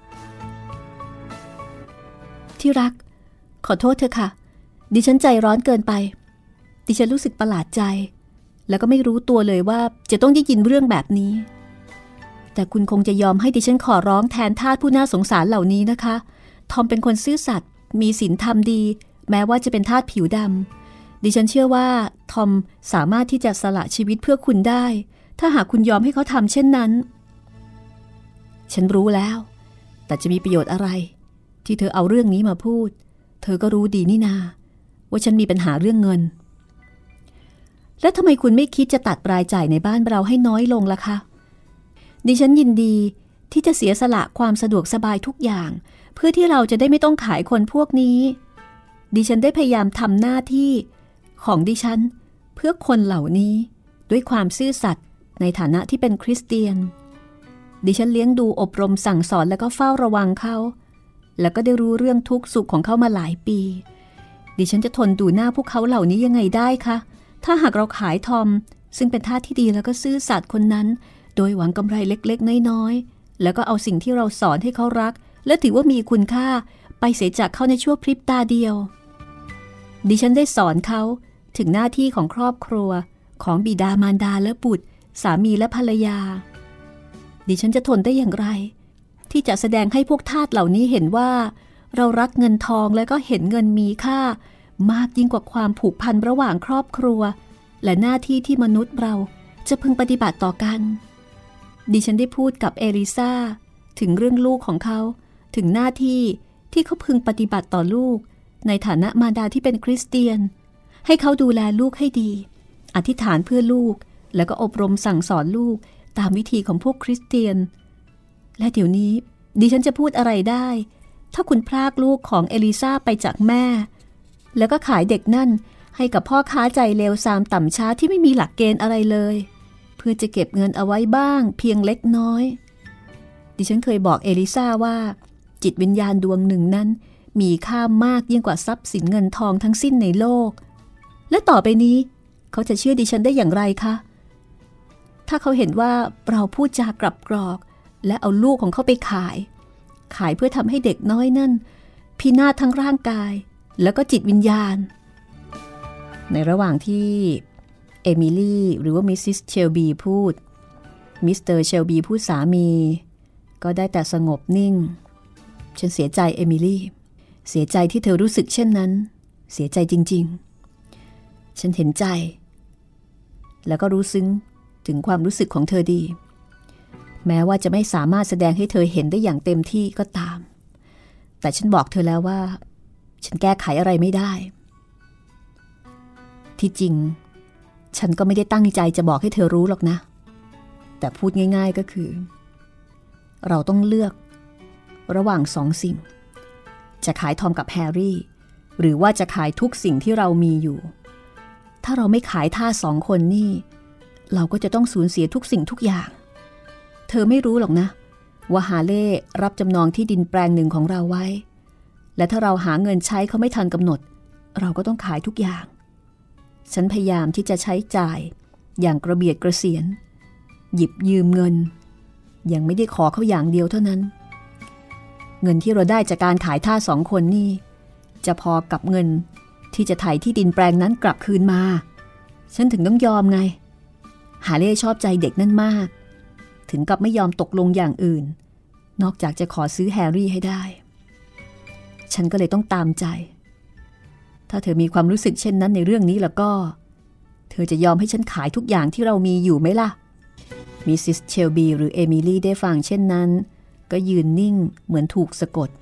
ที่รักขอโทษเธอค่ะดิฉันใจร้อนเกินไปดิฉันรู้สึกประหลาดใจแล้วก็ไม่รู้ตัวเลยว่าจะต้องได้ยินเรื่องแบบนี้แต่คุณคงจะยอมให้ดิฉันขอร้องแทนทาสผู้น่าสงสารเหล่านี้นะคะทอมเป็นคนซื่อสัตย์มีศีลธรรมดีแม้ว่าจะเป็นทาสผิวดำดิฉันเชื่อว่าทอมสามารถที่จะสละชีวิตเพื่อคุณได้ถ้าหากคุณยอมให้เขาทำเช่นนั้นฉันรู้แล้วแต่จะมีประโยชน์อะไรที่เธอเอาเรื่องนี้มาพูดเธอก็รู้ดีนี่นาว่าฉันมีปัญหาเรื่องเงินแล้วทำไมคุณไม่คิดจะตัดรายจ่ายในบ้านเราให้น้อยลงล่ะคะดิฉันยินดีที่จะเสียสละความสะดวกสบายทุกอย่างเพื่อที่เราจะได้ไม่ต้องขายคนพวกนี้ดิฉันได้พยายามทำหน้าที่ของดิฉันเพื่อคนเหล่านี้ด้วยความซื่อสัตย์ในฐานะที่เป็นคริสเตียนดิฉันเลี้ยงดูอบรมสั่งสอนแล้วก็เฝ้าระวังเขาแล้วก็ได้รู้เรื่องทุกข์สุขของเขามาหลายปีดิฉันจะทนดูหน้าพวกเขาเหล่านี้ยังไงได้คะถ้าหากเราขายทอมซึ่งเป็นทาสที่ดีแล้วก็ซื่อสัตย์คนนั้นโดยหวังกำไรเล็กๆน้อยๆแล้วก็เอาสิ่งที่เราสอนให้เขารักและถือว่ามีคุณค่าไปเสียจากเขาในชั่วพริบตาเดียวดิฉันได้สอนเขาถึงหน้าที่ของครอบครัวของบิดามารดาและบุตรสามีและภรรยาดิฉันจะทนได้อย่างไรที่จะแสดงให้พวกทาสเหล่านี้เห็นว่าเรารักเงินทองและก็เห็นเงินมีค่ามากยิ่งกว่าความผูกพันระหว่างครอบครัวและหน้าที่ที่มนุษย์เราจะพึงปฏิบัติต่อกันดิฉันได้พูดกับเอลิซาถึงเรื่องลูกของเขาถึงหน้าที่ที่เขาพึงปฏิบัติต่อลูกในฐานะมารดาที่เป็นคริสเตียนให้เขาดูแลลูกให้ดีอธิษฐานเพื่อลูกแล้วก็อบรมสั่งสอนลูกตามวิธีของพวกคริสเตียนและเดี๋ยวนี้ดิฉันจะพูดอะไรได้ถ้าคุณพรากลูกของเอลิซาไปจากแม่แล้วก็ขายเด็กนั่นให้กับพ่อค้าใจเลวทรามต่ำช้าที่ไม่มีหลักเกณฑ์อะไรเลยเพื่อจะเก็บเงินเอาไว้บ้างเพียงเล็กน้อยดิฉันเคยบอกเอลิซาว่าจิตวิญญาณดวงหนึ่งนั้นมีค่ามากยิ่งกว่าทรัพย์สินเงินทองทั้งสิ้นในโลกและต่อไปนี้เขาจะเชื่อดิฉันได้อย่างไรคะถ้าเขาเห็นว่าเราพูดจากลับกรอกและเอาลูกของเขาไปขายขายเพื่อทำให้เด็กน้อยนั่นพินาศทั้งร่างกายแล้วก็จิตวิญญาณในระหว่างที่เอมิลี่หรือว่ามิสซิสเชลบีพูดมิสเตอร์เชลบีพูดสามีก็ได้แต่สงบนิ่งฉันเสียใจเอมิลี่เสียใจที่เธอรู้สึกเช่นนั้นเสียใจจริงๆฉันเห็นใจแล้วก็รู้ซึ้งถึงความรู้สึกของเธอดีแม้ว่าจะไม่สามารถแสดงให้เธอเห็นได้อย่างเต็มที่ก็ตามแต่ฉันบอกเธอแล้วว่าฉันแก้ไขอะไรไม่ได้ที่จริงฉันก็ไม่ได้ตั้งใจจะบอกให้เธอรู้หรอกนะแต่พูดง่ายๆก็คือเราต้องเลือกระหว่างสองสิ่งจะขายทอมกับแฮร์รี่หรือว่าจะขายทุกสิ่งที่เรามีอยู่ถ้าเราไม่ขายท่าสองคนนี่เราก็จะต้องสูญเสียทุกสิ่งทุกอย่างเธอไม่รู้หรอกนะว่าฮาเล่รับจำนองที่ดินแปลงหนึ่งของเราไว้และถ้าเราหาเงินใช้เขาไม่ทันกำหนดเราก็ต้องขายทุกอย่างฉันพยายามที่จะใช้จ่ายอย่างกระเบียดกระเสียนหยิบยืมเงินยังไม่ได้ขอเขาอย่างเดียวเท่านั้นเงินที่เราได้จากการขายท่าสองคนนี่จะพอกับเงินที่จะไถ่ที่ดินแปลงนั้นกลับคืนมาฉันถึงต้องยอมไงฮาเล่ชอบใจเด็กนั่นมากถึงกับไม่ยอมตกลงอย่างอื่นนอกจากจะขอซื้อแฮร์รี่ให้ได้ฉันก็เลยต้องตามใจถ้าเธอมีความรู้สึกเช่นนั้นในเรื่องนี้แล้วก็เธอจะยอมให้ฉันขายทุกอย่างที่เรามีอยู่ไหมล่ะมิสซิสเชลบีหรือเอมิลี่ได้ฟังเช่นนั้นก็ยืนนิ่งเหมือนถูกสะกด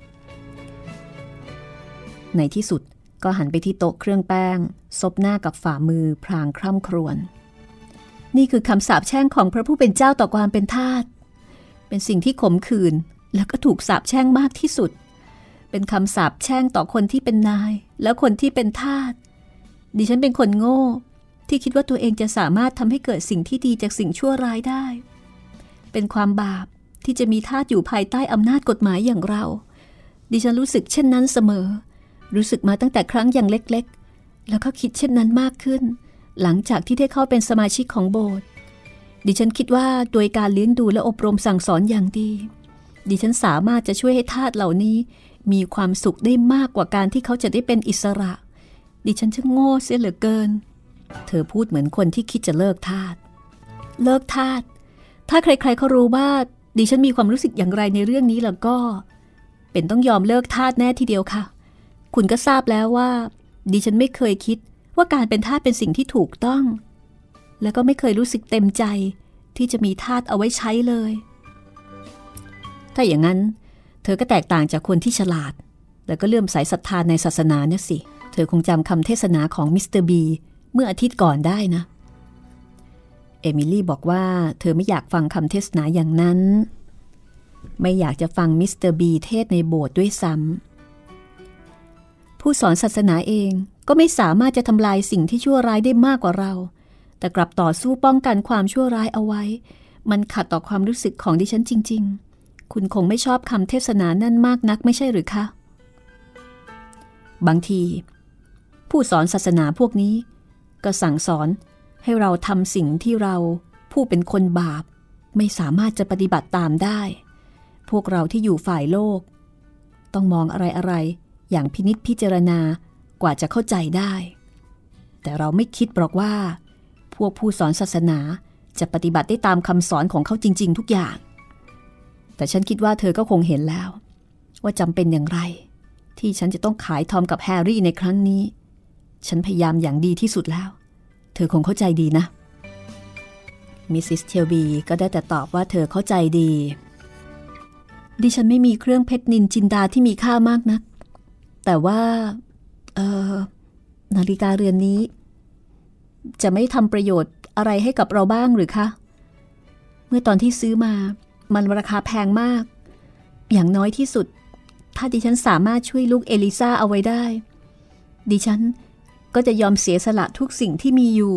ในที่สุดก็หันไปที่โต๊ะเครื่องแป้งซบหน้ากับฝ่ามือพลางคร่ำครวญนี่คือคำสาปแช่งของพระผู้เป็นเจ้าต่อความเป็นทาสเป็นสิ่งที่ขมขื่นแล้วก็ถูกสาปแช่งมากที่สุดเป็นคำสาปแช่งต่อคนที่เป็นนายแล้วคนที่เป็นทาสดิฉันเป็นคนโง่ที่คิดว่าตัวเองจะสามารถทำให้เกิดสิ่งที่ดีจากสิ่งชั่วร้ายได้เป็นความบาปที่จะมีทาสอยู่ภายใต้อำนาจกฎหมายอย่างเราดิฉันรู้สึกเช่นนั้นเสมอรู้สึกมาตั้งแต่ครั้งยังเล็กๆแล้วก็คิดเช่นนั้นมากขึ้นหลังจากที่ได้เข้าเป็นสมาชิกของโบสถ์ดิฉันคิดว่าโดยการเลี้ยงดูและอบรมสั่งสอนอย่างดีดิฉันสามารถจะช่วยให้ทาสเหล่านี้มีความสุขได้มากกว่าการที่เขาจะได้เป็นอิสระดิฉันช่างโง่เสียเหลือเกินเธอพูดเหมือนคนที่คิดจะเลิกทาสเลิกทาสถ้าใครๆเขารู้ว่าดิฉันมีความรู้สึกอย่างไรในเรื่องนี้แล้วก็เป็นต้องยอมเลิกทาสแน่ทีเดียวค่ะคุณก็ทราบแล้วว่าดิฉันไม่เคยคิดว่าการเป็นทาสเป็นสิ่งที่ถูกต้องและก็ไม่เคยรู้สึกเต็มใจที่จะมีทาสเอาไว้ใช้เลยถ้าอย่างนั้นเธอก็แตกต่างจากคนที่ฉลาดแต่ก็เลื่อมใสศรัทธาในศาสนาเนี่ยสิเธอคงจำคำเทศนาของมิสเตอร์บีเมื่ออาทิตย์ก่อนได้นะเอมิลี่บอกว่าเธอไม่อยากฟังคำเทศนาอย่างนั้นไม่อยากจะฟังมิสเตอร์บีเทศในโบสถ์ด้วยซ้ำผู้สอนศาสนาเองก็ไม่สามารถจะทำลายสิ่งที่ชั่วร้ายได้มากกว่าเราแต่กลับต่อสู้ป้องกันความชั่วร้ายเอาไว้มันขัดต่อความรู้สึกของดิฉันจริงๆคุณคงไม่ชอบคำเทศนานั่นมากนักไม่ใช่หรือคะบางทีผู้สอนศาสนาพวกนี้ก็สั่งสอนให้เราทำสิ่งที่เราผู้เป็นคนบาปไม่สามารถจะปฏิบัติตามได้พวกเราที่อยู่ฝ่ายโลกต้องมองอะไรๆอย่างพินิจพิจารณากว่าจะเข้าใจได้แต่เราไม่คิดหรอกว่าพวกผู้สอนศาสนาจะปฏิบัติได้ตามคำสอนของเขาจริงๆทุกอย่างแต่ฉันคิดว่าเธอก็คงเห็นแล้วว่าจำเป็นอย่างไรที่ฉันจะต้องขายทอมกับแฮร์รี่ในครั้งนี้ฉันพยายามอย่างดีที่สุดแล้วเธอคงเข้าใจดีนะมิสซิสเชลบีก็ได้แต่ตอบว่าเธอเข้าใจดีดิฉันไม่มีเครื่องเพชรนินจินดาที่มีค่ามากนักแต่ว่าเอ่อนาฬิกาเรือนนี้จะไม่ทำประโยชน์อะไรให้กับเราบ้างหรือคะเมื่อตอนที่ซื้อมามันราคาแพงมากอย่างน้อยที่สุดถ้าดิฉันสามารถช่วยลูกเอลิซาเอาไว้ได้ดิฉันก็จะยอมเสียสละทุกสิ่งที่มีอยู่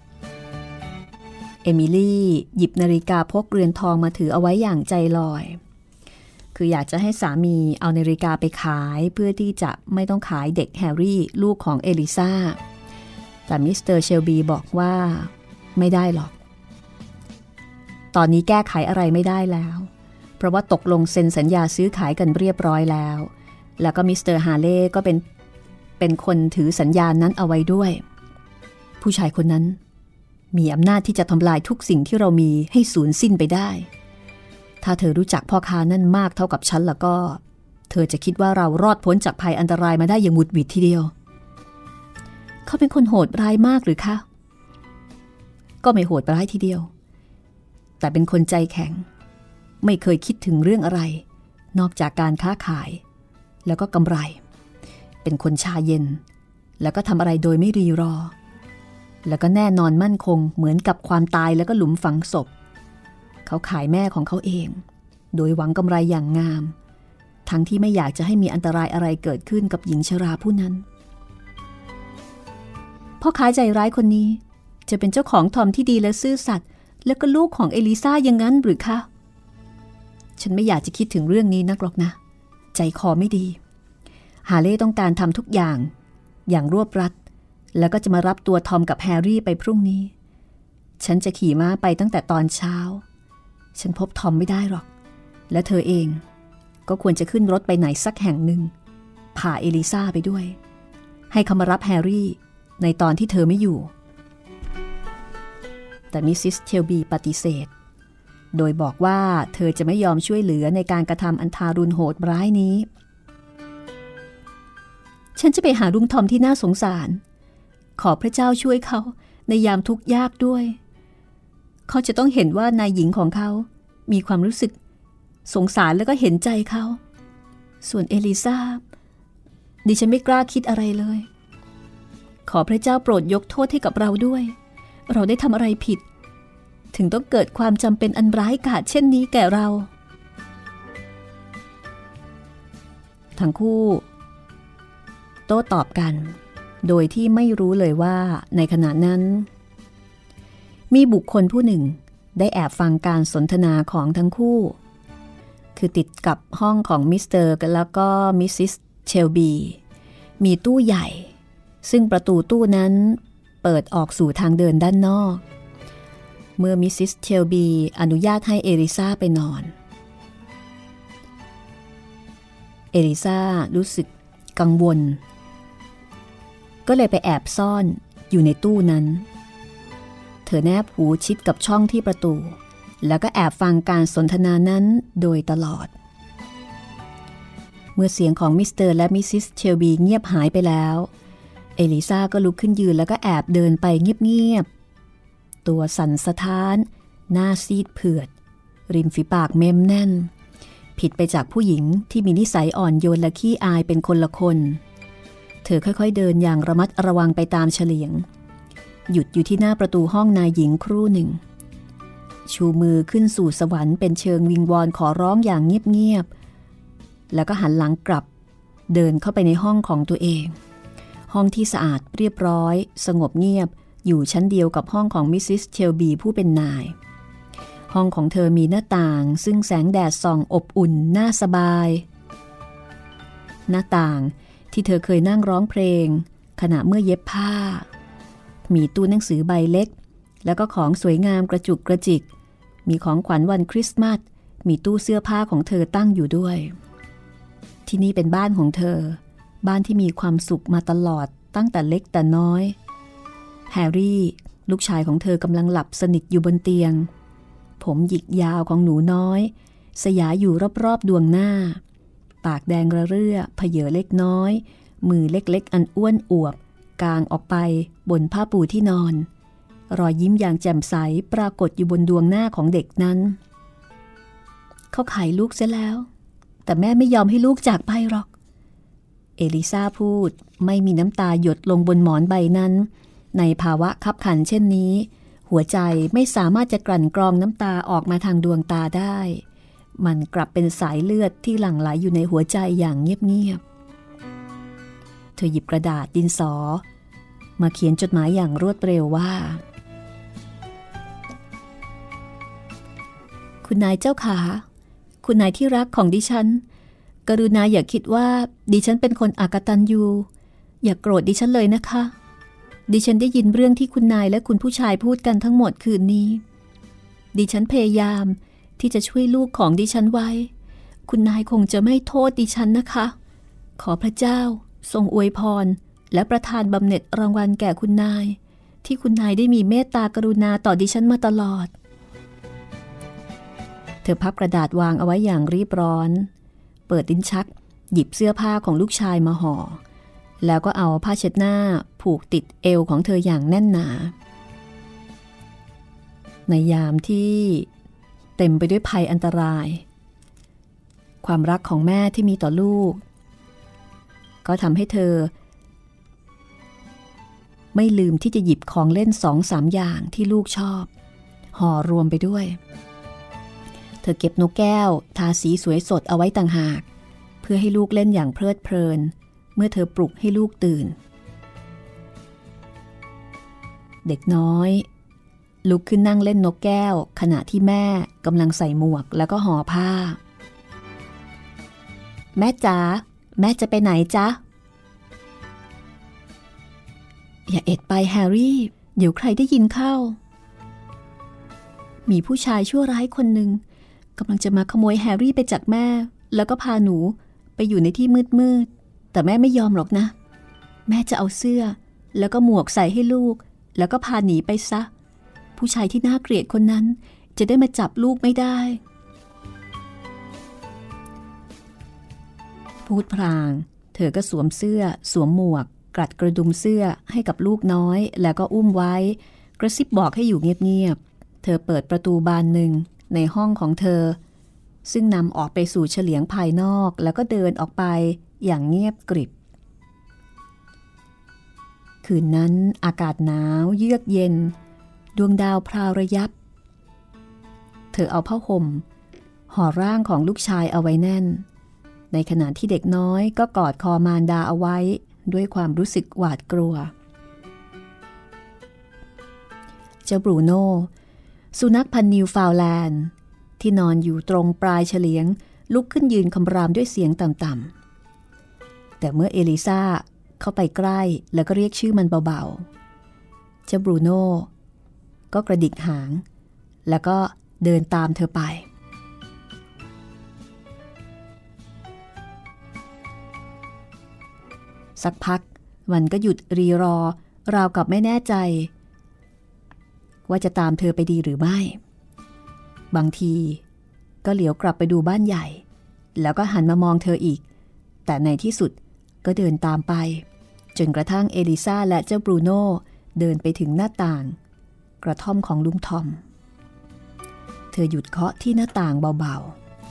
เอมิลี่หยิบนาฬิกาพกเรือนทองมาถือเอาไว้อย่างใจลอยคืออยากจะให้สามีเอานาฬิกาไปขายเพื่อที่จะไม่ต้องขายเด็กแฮร์รี่ลูกของเอลิซาแต่มิสเตอร์เชลบีบอกว่าไม่ได้หรอกตอนนี้แก้ไขอะไรไม่ได้แล้วเพราะว่าตกลงเซ็นสัญญาซื้อขายกันเรียบร้อยแล้วแล้วก็มิสเตอร์ฮาเล่ก็เป็นเป็นคนถือสัญญานั้นเอาไว้ด้วยผู้ชายคนนั้นมีอำนาจที่จะทำลายทุกสิ่งที่เรามีให้สูญสิ้นไปได้ถ้าเธอรู้จักพ่อค้านั่นมากเท่ากับฉันแล้วก็เธอจะคิดว่าเรารอดพ้นจากภัยอันตรายมาได้อย่างหวุดหวิดทีเดียวเขาเป็นคนโหดร้ายมากหรือคะก็ไม่โหดร้ายทีเดียวแต่เป็นคนใจแข็งไม่เคยคิดถึงเรื่องอะไรนอกจากการค้าขายแล้วก็กำไรเป็นคนชาเย็นแล้วก็ทำอะไรโดยไม่รีรอแล้วก็แน่นอนมั่นคงเหมือนกับความตายแล้วก็หลุมฝังศพเขาขายแม่ของเขาเองโดยหวังกำไรอย่างงามทั้งที่ไม่อยากจะให้มีอันตรายอะไรเกิดขึ้นกับหญิงชราผู้นั้นพ่อค้าใจร้ายคนนี้จะเป็นเจ้าของทอมที่ดีและซื่อสัตย์แล้วก็ลูกของเอลิซาอย่างนั้นหรือคะฉันไม่อยากจะคิดถึงเรื่องนี้นักหรอกนะใจคอไม่ดีฮาเล่ต้องการทำทุกอย่างอย่างรวบรัดแล้วก็จะมารับตัวทอมกับแฮร์รี่ไปพรุ่งนี้ฉันจะขี่ม้าไปตั้งแต่ตอนเช้าฉันพบทอมไม่ได้หรอกและเธอเองก็ควรจะขึ้นรถไปไหนสักแห่งหนึ่งพาเอลิซาไปด้วยให้เขามารับแฮร์รี่ในตอนที่เธอไม่อยู่แต่มิสซิสเชลบีปฏิเสธโดยบอกว่าเธอจะไม่ยอมช่วยเหลือในการกระทำอันทารุณโหดร้ายนี้ฉันจะไปหาลุงทอมที่น่าสงสารขอพระเจ้าช่วยเขาในยามทุกข์ยากด้วยเขาจะต้องเห็นว่านายหญิงของเขามีความรู้สึกสงสารแล้วก็เห็นใจเขาส่วนเอลิซาดิฉันไม่กล้าคิดอะไรเลยขอพระเจ้าโปรดยกโทษให้กับเราด้วยเราได้ทำอะไรผิดถึงต้องเกิดความจำเป็นอันร้ายกาจเช่นนี้แก่เราทั้งคู่โต้ตอบกันโดยที่ไม่รู้เลยว่าในขณะนั้นมีบุคคลผู้หนึ่งได้แอบฟังการสนทนาของทั้งคู่คือติดกับห้องของมิสเตอร์แล้วก็มิสซิสเชลบีมีตู้ใหญ่ซึ่งประตูตู้นั้นเปิดออกสู่ทางเดินด้านนอกเมื่อมิสซิสเชลบีอนุญาตให้เอลิซาไปนอนเอลิซารู้สึกกังวลก็เลยไปแอบซ่อนอยู่ในตู้นั้นเธอแนบหูชิดกับช่องที่ประตูแล้วก็แอบฟังการสนทนานั้นโดยตลอดเมื่อเสียงของมิสเตอร์และมิสซิสเชลบีเงียบหายไปแล้วเอลิซาก็ลุกขึ้นยืนแล้วก็แอบเดินไปเงียบๆตัวสั่นสะท้านหน้าซีดเผือดริมฝีปากเม้มแน่นผิดไปจากผู้หญิงที่มีนิสัยอ่อนโยนและขี้อายเป็นคนละคนเธอค่อยๆเดินอย่างระมัดระวังไปตามเฉลียงหยุดอยู่ที่หน้าประตูห้องนายหญิงครู่หนึ่งชูมือขึ้นสู่สวรรค์เป็นเชิงวิงวอนขอร้องอย่างเงียบๆแล้วก็หันหลังกลับเดินเข้าไปในห้องของตัวเองห้องที่สะอาดเรียบร้อยสงบเงียบอยู่ชั้นเดียวกับห้องของมิสซิสเชลบีผู้เป็นนายห้องของเธอมีหน้าต่างซึ่งแสงแดดส่องอบอุ่นน่าสบายหน้าต่างที่เธอเคยนั่งร้องเพลงขณะเมื่อเย็บผ้ามีตู้หนังสือใบเล็กแล้วก็ของสวยงามกระจุกกระจิกมีของขวัญวันคริสต์มาสมีตู้เสื้อผ้าของเธอตั้งอยู่ด้วยที่นี่เป็นบ้านของเธอบ้านที่มีความสุขมาตลอดตั้งแต่เล็กแต่น้อยแฮร์รี่ลูกชายของเธอกำลังหลับสนิทอยู่บนเตียงผมหยิกยาวของหนูน้อยสยายอยู่รอบๆดวงหน้าปากแดงระเรื่อเผยเล็กน้อยมือเล็กๆอันอ้วนอวบกางออกไปบนผ้าปูที่นอนรอยยิ้มอย่างแจ่มใสปรากฏอยู่บนดวงหน้าของเด็กนั้นเขาขายลูกเสียแล้วแต่แม่ไม่ยอมให้ลูกจากไปหรอกเอลิซาพูดไม่มีน้ำตาหยดลงบนหมอนใบนั้นในภาวะคับขันเช่นนี้หัวใจไม่สามารถจะกลั่นกรองน้ำตาออกมาทางดวงตาได้มันกลับเป็นสายเลือดที่หลั่งไหลอยู่ในหัวใจอย่างเงียบๆเธอหยิบกระดาษดินสอมาเขียนจดหมายอย่างรวดเร็วว่าคุณนายเจ้าขาคุณนายที่รักของดิฉันกรุณาอย่าคิดว่าดิฉันเป็นคนอกตัญญูอย่าโกรธดิฉันเลยนะคะดิฉันได้ยินเรื่องที่คุณนายและคุณผู้ชายพูดกันทั้งหมดคืนนี้ดิฉันพยายามที่จะช่วยลูกของดิฉันไว้คุณนายคงจะไม่โทษดิฉันนะคะขอพระเจ้าทรงอวยพรและประทานบำเหน็จรางวัลแก่คุณนายที่คุณนายได้มีเมตตากรุณาต่อดิฉันมาตลอดเธอพับกระดาษวางเอาไว้อย่างรีบร้อนเปิดลิ้นชักหยิบเสื้อผ้าของลูกชายมาห่อแล้วก็เอาผ้าเช็ดหน้าผูกติดเอวของเธออย่างแน่นหนาในยามที่เต็มไปด้วยภัยอันตรายความรักของแม่ที่มีต่อลูกก็ทำให้เธอไม่ลืมที่จะหยิบของเล่นสองสามอย่างที่ลูกชอบห่อรวมไปด้วยเธอเก็บนกแก้วทาสีสวยสดเอาไว้ต่างหากเพื่อให้ลูกเล่นอย่างเพลิดเพลินเมื่อเธอปลุกให้ลูกตื่นเด็กน้อยลุกขึ้นนั่งเล่นนกแก้วขณะที่แม่กำลังใส่หมวกแล้วก็ห่อผ้าแม่จ๋าแม่จะไปไหนจ๊ะอย่าเอ็ดไปแฮร์รี่เดี๋ยวใครได้ยินเข้ามีผู้ชายชั่วร้ายคนหนึ่งกำลังจะมาขโมยแฮร์รี่ไปจากแม่แล้วก็พาหนูไปอยู่ในที่มืดๆแต่แม่ไม่ยอมหรอกนะแม่จะเอาเสื้อแล้วก็หมวกใส่ให้ลูกแล้วก็พาหนีไปซะผู้ชายที่น่าเกลียดคนนั้นจะได้มาจับลูกไม่ได้พูดพลางเธอก็สวมเสื้อสวมหมวกกรัดกระดุมเสื้อให้กับลูกน้อยแล้วก็อุ้มไว้กระซิบบอกให้อยู่เงียบๆเธอเปิดประตูบานหนึ่งในห้องของเธอซึ่งนำออกไปสู่เฉลียงภายนอกแล้วก็เดินออกไปอย่างเงียบกริบคืนนั้นอากาศหนาวเยือกเย็นดวงดาวพราวระยับเธอเอาผ้าห่มห่อร่างของลูกชายเอาไว้แน่นในขณะที่เด็กน้อยก็กอดคอมารดาเอาไว้ด้วยความรู้สึกหวาดกลัวเจ้าบรูโน่สุนัขพันธุ์นิวฟาวแลนด์ที่นอนอยู่ตรงปลายเฉลียงลุกขึ้นยืนคำรามด้วยเสียงต่ำๆแต่เมื่อเอลิซาเข้าไปใกล้แล้วก็เรียกชื่อมันเบาๆเจ้าบรูโน่ก็กระดิกหางแล้วก็เดินตามเธอไปสักพักมันก็หยุดรีรอราวกับไม่แน่ใจว่าจะตามเธอไปดีหรือไม่บางทีก็เหลียวกลับไปดูบ้านใหญ่แล้วก็หันมามองเธออีกแต่ในที่สุดก็เดินตามไปจนกระทั่งเอลิซาและเจ้าบรูโน่เดินไปถึงหน้าต่างกระท่อมของลุงทอมเธอหยุดเคาะที่หน้าต่างเบา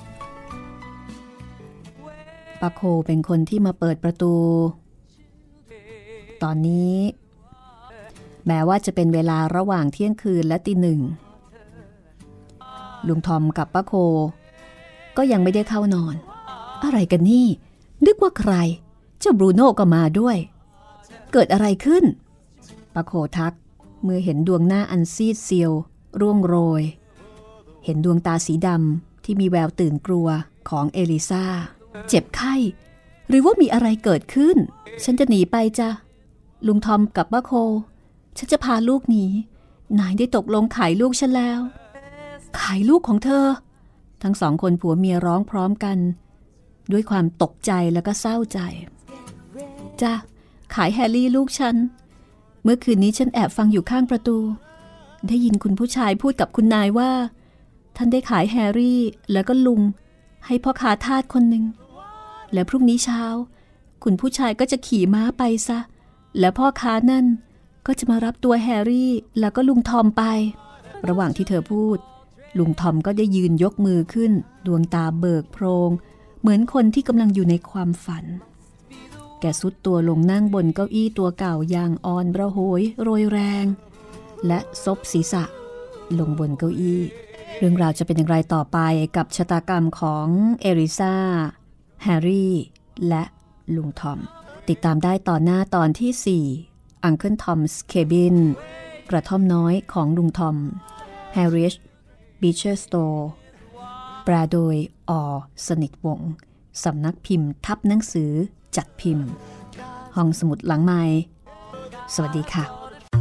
ๆปาโคเป็นคนที่มาเปิดประตูตอนนี้แม้ว่าจะเป็นเวลาระหว่างเที่ยงคืนและตีหนึ่งลุงทอมกับป้าโคก็ยังไม่ได้เข้านอนอะไรกันนี่นึกว่าใครเจ้าบรูโน่ก็มาด้วยเกิดอะไรขึ้นป้าโคทักเมื่อเห็นดวงหน้าอันซีดเซียวร่วงโรยเห็นดวงตาสีดำที่มีแววตื่นกลัวของเอลิซาเจ็บไข้หรือว่ามีอะไรเกิดขึ้นฉันจะหนีไปจ้ะลุงทอมกับป้าโคฉันจะพาลูกหนีนายได้ตกลงขายลูกฉันแล้วขายลูกของเธอทั้งสองคนผัวเมียร้องพร้อมกันด้วยความตกใจแล้วก็เศร้าใจจ้ะขายแฮร์รี่ลูกฉันเมื่อคืนนี้ฉันแอบฟังอยู่ข้างประตูได้ยินคุณผู้ชายพูดกับคุณนายว่าท่านได้ขายแฮร์รี่แล้วก็ลุงให้พ่อค้าทาสคนหนึ่งและพรุ่งนี้เช้าคุณผู้ชายก็จะขี่ม้าไปซะและพ่อค้านั่นก็จะมารับตัวแฮร์รี่แล้วก็ลุงทอมไประหว่างที่เธอพูดลุงทอมก็ได้ยืนยกมือขึ้นดวงตาเบิกโพรงเหมือนคนที่กำลังอยู่ในความฝันแกซุดตัวลงนั่งบนเก้าอี้ตัวเก่าอย่างอ่อนระโหยโรยแรงและซบศีรษะลงบนเก้าอี้เรื่องราวจะเป็นอย่างไรต่อไปกับชะตากรรมของเอริซาแฮร์รี่และลุงทอมติดตามได้ตอนหน้าตอนที่สี่ Uncle Tom's Cabin กระท่อมน้อยของลุงทอม Harriet Beecher Stowe แปลโดยอ.สนิทวงศ์สำนักพิมพ์ทับหนังสือจัดพิมพ์ห้องสมุดหลังไมค์สวัสดีค่ะ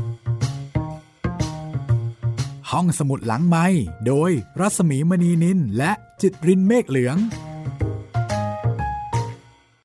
ห้องสมุดหลังไมค์โดยรัศมีมณีนินและจิตรินเมฆเหลือง